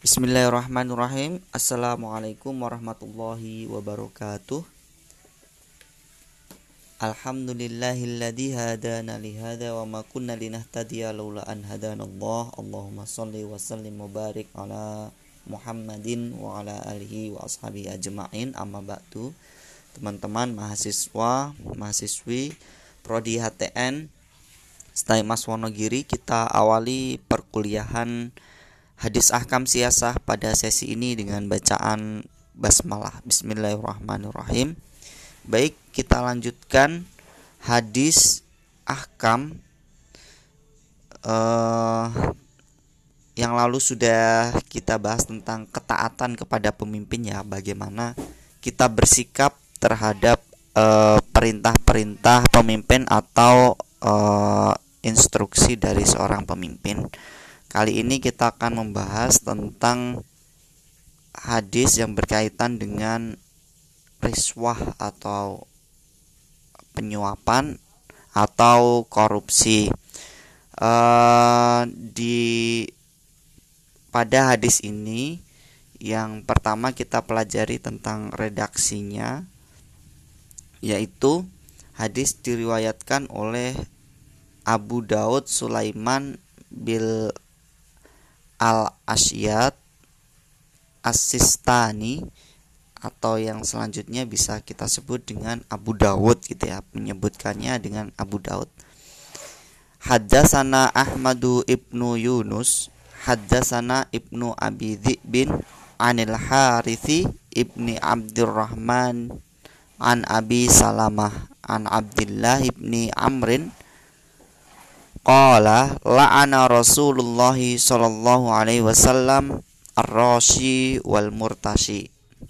Bismillahirrahmanirrahim. Assalamualaikum warahmatullahi wabarakatuh. Alhamdulillahilladzi hadana lihada wa ma kunna linahtadiya laula an hadanallah. Allahumma shalli wa sallim wa barik ala Muhammadin wa ala alihi wa ashabihi ajma'in. Amma ba'du. Teman-teman mahasiswa, mahasiswi prodi HTN STAIMAS Wonogiri, kita awali perkuliahan Hadis Ahkam Siyasah pada sesi ini dengan bacaan basmalah. Bismillahirrahmanirrahim. Baik, kita lanjutkan hadis ahkam. Yang lalu sudah kita bahas tentang ketaatan kepada pemimpin, ya, bagaimana kita bersikap terhadap perintah-perintah pemimpin atau instruksi dari seorang pemimpin. Kali ini kita akan membahas tentang hadis yang berkaitan dengan riswah atau penyuapan atau korupsi. Pada hadis ini yang pertama kita pelajari tentang redaksinya, yaitu hadis diriwayatkan oleh Abu Daud Sulaiman bil Al-Asyad As-Sistani, atau yang selanjutnya bisa kita sebut dengan Abu Dawud gitu ya, menyebutkannya dengan Abu Dawud. Haddatsana Ahmadu ibnu Yunus, haddatsana ibnu Abi Dhi'bin anil Harithi ibni Abdurrahman an Abi Salamah an Abdillah ibni Amrin qala la'ana Rasulullah sallallahu alaihi wasallam ar-rashi wal murtashi.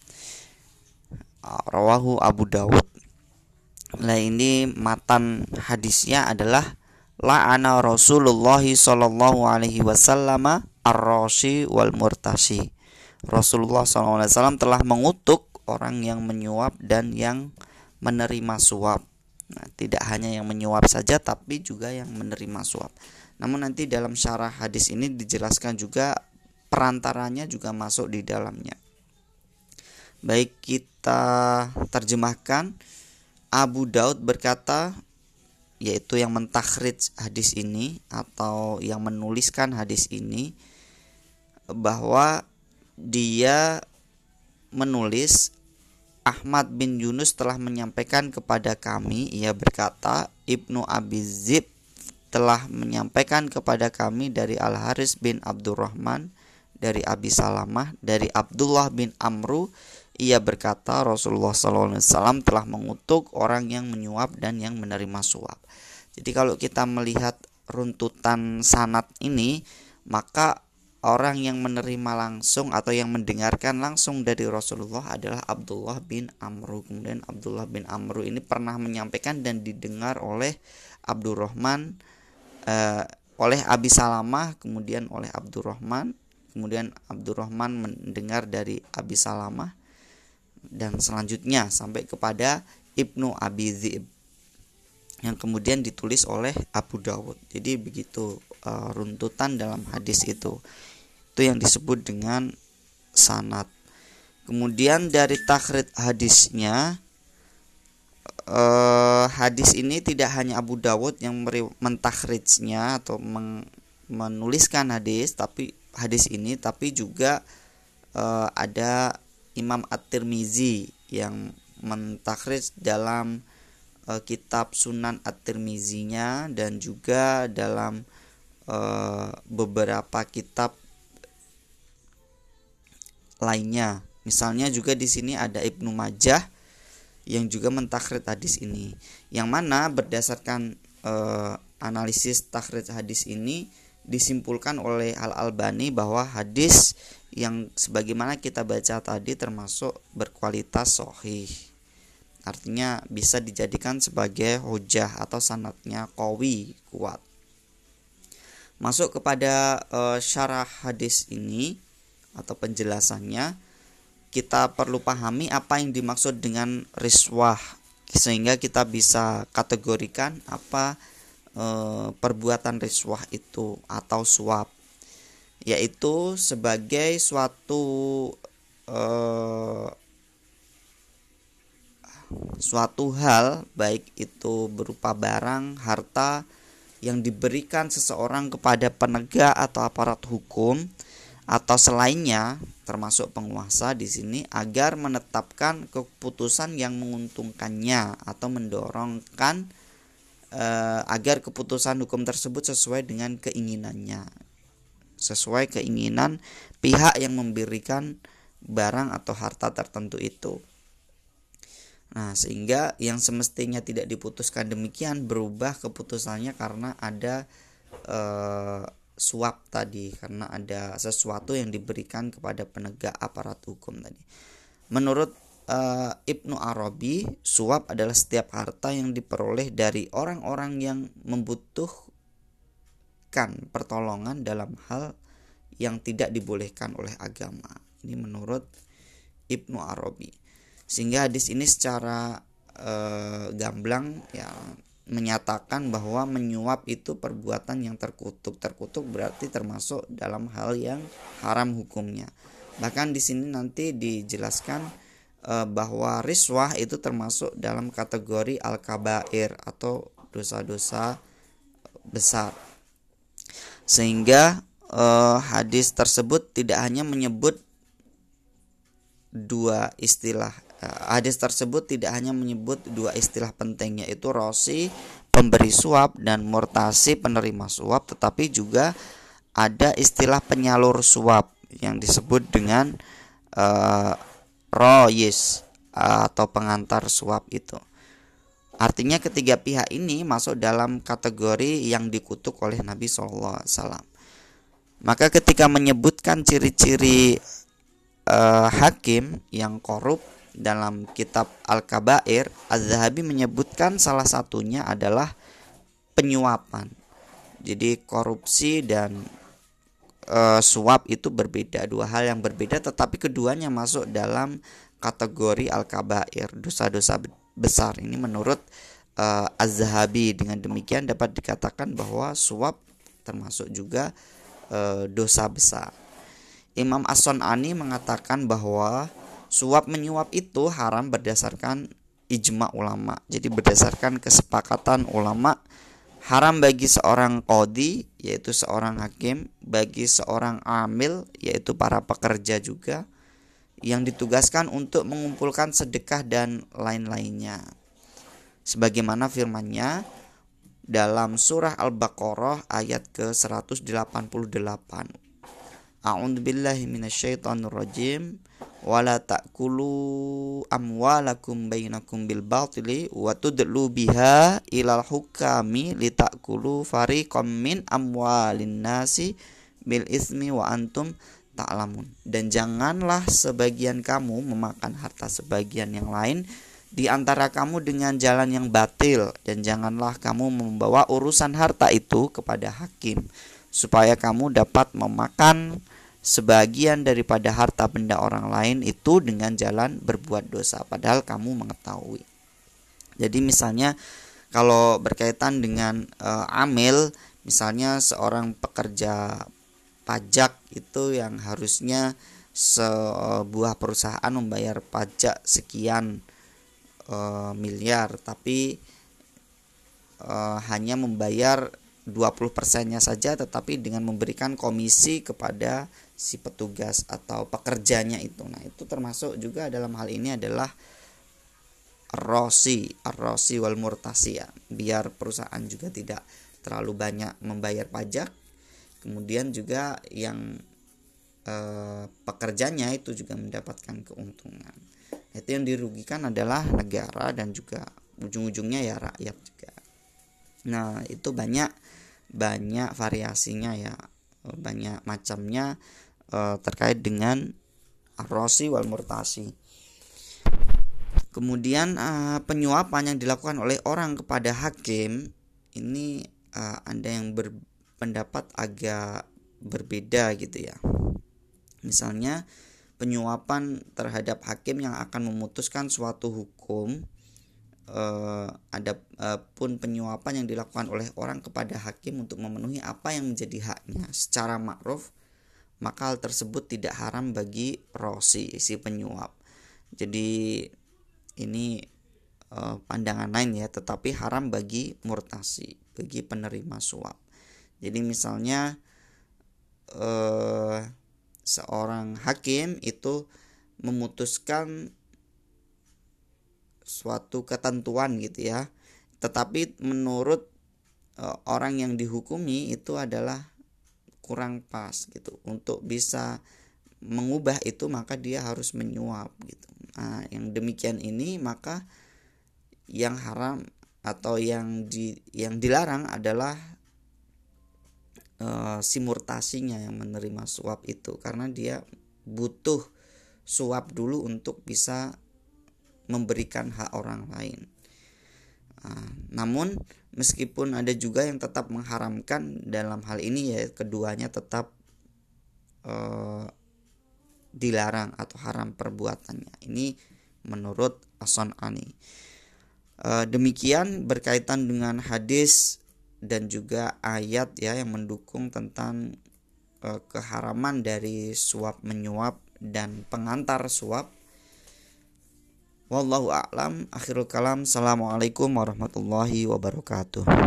Rawahu Abu Dawud. Nah, ini matan hadisnya adalah la'ana Rasulullah sallallahu alaihi wasallam ar-rashi wal murtashi. Rasulullah sallallahu alaihi wasallam telah mengutuk orang yang menyuap dan yang menerima suap. Nah, tidak hanya yang menyuap saja, tapi juga yang menerima suap. Namun nanti dalam syarah hadis ini dijelaskan juga perantaranya juga masuk di dalamnya. Baik, kita terjemahkan. Abu Daud berkata, yaitu yang mentakhrij hadis ini atau yang menuliskan hadis ini, bahwa dia menulis Ahmad bin Yunus telah menyampaikan kepada kami, ia berkata, Ibnu Abi Zib telah menyampaikan kepada kami dari Al-Haris bin Abdurrahman, dari Abi Salamah, dari Abdullah bin Amru, ia berkata Rasulullah SAW telah mengutuk orang yang menyuap dan yang menerima suap. Jadi kalau kita melihat runtutan sanad ini, maka orang yang menerima langsung atau yang mendengarkan langsung dari Rasulullah adalah Abdullah bin Amru. Kemudian Abdullah bin Amru ini pernah menyampaikan dan didengar oleh Abdurrahman, oleh Abi Salamah, kemudian oleh Abdurrahman, kemudian Abdurrahman mendengar dari Abi Salamah, dan selanjutnya sampai kepada Ibnu Abi Dhi'b yang kemudian ditulis oleh Abu Dawud. Jadi begitu runtutan dalam hadis itu yang disebut dengan sanad. Kemudian dari takhrij hadisnya, hadis ini tidak hanya Abu Dawud yang mentakhrijnya atau menuliskan hadis, tapi hadis ini, tapi juga ada Imam At-Tirmizi yang mentakhrij dalam kitab Sunan At-Tirmizinya dan juga dalam beberapa kitab lainnya. Misalnya juga di sini ada Ibnu Majah yang juga mentakhrij hadis ini, yang mana berdasarkan analisis takhrij hadis ini disimpulkan oleh Al-Albani bahwa hadis yang sebagaimana kita baca tadi termasuk berkualitas sahih. Artinya bisa dijadikan sebagai hujah atau sanadnya qawi, kuat. Masuk kepada syarah hadis ini atau penjelasannya, kita perlu pahami apa yang dimaksud dengan riswah, sehingga kita bisa kategorikan apa perbuatan riswah itu atau suap. yaitu sebagai eh, suatu hal, baik itu berupa barang, harta yang diberikan seseorang kepada penegak atau aparat hukum atau selainnya, termasuk penguasa di sini, agar menetapkan keputusan yang menguntungkannya atau mendorongkan agar keputusan hukum tersebut sesuai dengan keinginannya, sesuai keinginan pihak yang memberikan barang atau harta tertentu itu. Nah, sehingga yang semestinya tidak diputuskan demikian berubah keputusannya karena ada suap tadi, karena ada sesuatu yang diberikan kepada penegak aparat hukum tadi. Menurut Ibnu Arabi, suap adalah setiap harta yang diperoleh dari orang-orang yang membutuhkan pertolongan dalam hal yang tidak dibolehkan oleh agama. Ini menurut Ibnu Arabi. Sehingga hadis ini secara gamblang ya menyatakan bahwa menyuap itu perbuatan yang terkutuk. Terkutuk berarti termasuk dalam hal yang haram hukumnya. Bahkan di sini nanti dijelaskan bahwa riswah itu termasuk dalam kategori al-kabair atau dosa-dosa besar. Sehingga hadis tersebut tidak hanya menyebut dua istilah. Hadis tersebut tidak hanya menyebut dua istilah penting, yaitu rosi pemberi suap dan murtasi penerima suap, tetapi juga ada istilah penyalur suap yang disebut dengan royis atau pengantar suap itu. Artinya ketiga pihak ini masuk dalam kategori yang dikutuk oleh Nabi SAW. Maka ketika menyebutkan ciri-ciri hakim yang korup dalam kitab Al-Kabair, Az-Zahabi menyebutkan salah satunya adalah penyuapan. Jadi korupsi dan suap itu berbeda, dua hal yang berbeda, tetapi keduanya masuk dalam kategori al-kabair, dosa-dosa besar. Ini menurut Az-Zahabi. Dengan demikian dapat dikatakan bahwa suap termasuk juga dosa besar. Imam As-Sun'ani mengatakan bahwa suap menyuap itu haram berdasarkan ijma ulama. Jadi berdasarkan kesepakatan ulama, haram bagi seorang qadhi, yaitu seorang hakim, bagi seorang amil, yaitu para pekerja juga, yang ditugaskan untuk mengumpulkan sedekah dan lain-lainnya. Sebagaimana firman-Nya dalam surah Al-Baqarah ayat ke-188. A'udzubillahi minasyaitonirrajim. Wala ta'kulu amwalakum bainakum bil batili wa tudlu biha ilal hukami litakulu fariqam min amwalin nasi bil ismi wa antum ta'lamun. Dan janganlah sebagian kamu memakan harta sebagian yang lain di antara kamu dengan jalan yang batil, dan janganlah kamu membawa urusan harta itu kepada hakim supaya kamu dapat memakan sebagian daripada harta benda orang lain itu dengan jalan berbuat dosa padahal kamu mengetahui. Jadi misalnya kalau berkaitan dengan amil, misalnya seorang pekerja pajak itu yang harusnya sebuah perusahaan membayar pajak sekian miliar, tapi hanya membayar 20%-nya saja, tetapi dengan memberikan komisi kepada si petugas atau pekerjanya itu. Nah, itu termasuk juga dalam hal ini adalah ar-rosi wal murtasi ya. Biar perusahaan juga tidak terlalu banyak membayar pajak. Kemudian juga yang pekerjanya itu juga mendapatkan keuntungan. Itu yang dirugikan adalah negara dan juga ujung-ujungnya ya rakyat juga. Nah, itu banyak variasinya ya, banyak macamnya terkait dengan ar-rosi wal murtasi. Kemudian penyuapan yang dilakukan oleh orang kepada hakim ini ada yang berpendapat agak berbeda gitu ya. Misalnya penyuapan terhadap hakim yang akan memutuskan suatu hukum, ada pun penyuapan yang dilakukan oleh orang kepada hakim untuk memenuhi apa yang menjadi haknya secara ma'ruf maka hal tersebut tidak haram bagi rosi, si penyuap. Jadi ini pandangan lain ya, tetapi haram bagi murtasi, bagi penerima suap. Jadi misalnya seorang hakim itu memutuskan suatu ketentuan gitu ya, tetapi menurut orang yang dihukumi itu adalah kurang pas gitu. Untuk bisa mengubah itu maka dia harus menyuap gitu. Nah, yang demikian ini maka yang haram atau yang dilarang adalah si murtasinya yang menerima suap itu, karena dia butuh suap dulu untuk bisa memberikan hak orang lain. Namun meskipun ada juga yang tetap mengharamkan dalam hal ini, ya keduanya tetap dilarang atau haram perbuatannya. Ini menurut As-San'ani. Demikian berkaitan dengan hadis dan juga ayat ya yang mendukung tentang keharaman dari suap menyuap dan pengantar suap. Wallahu a'lam. Akhirul kalam. Assalamualaikum warahmatullahi wabarakatuh.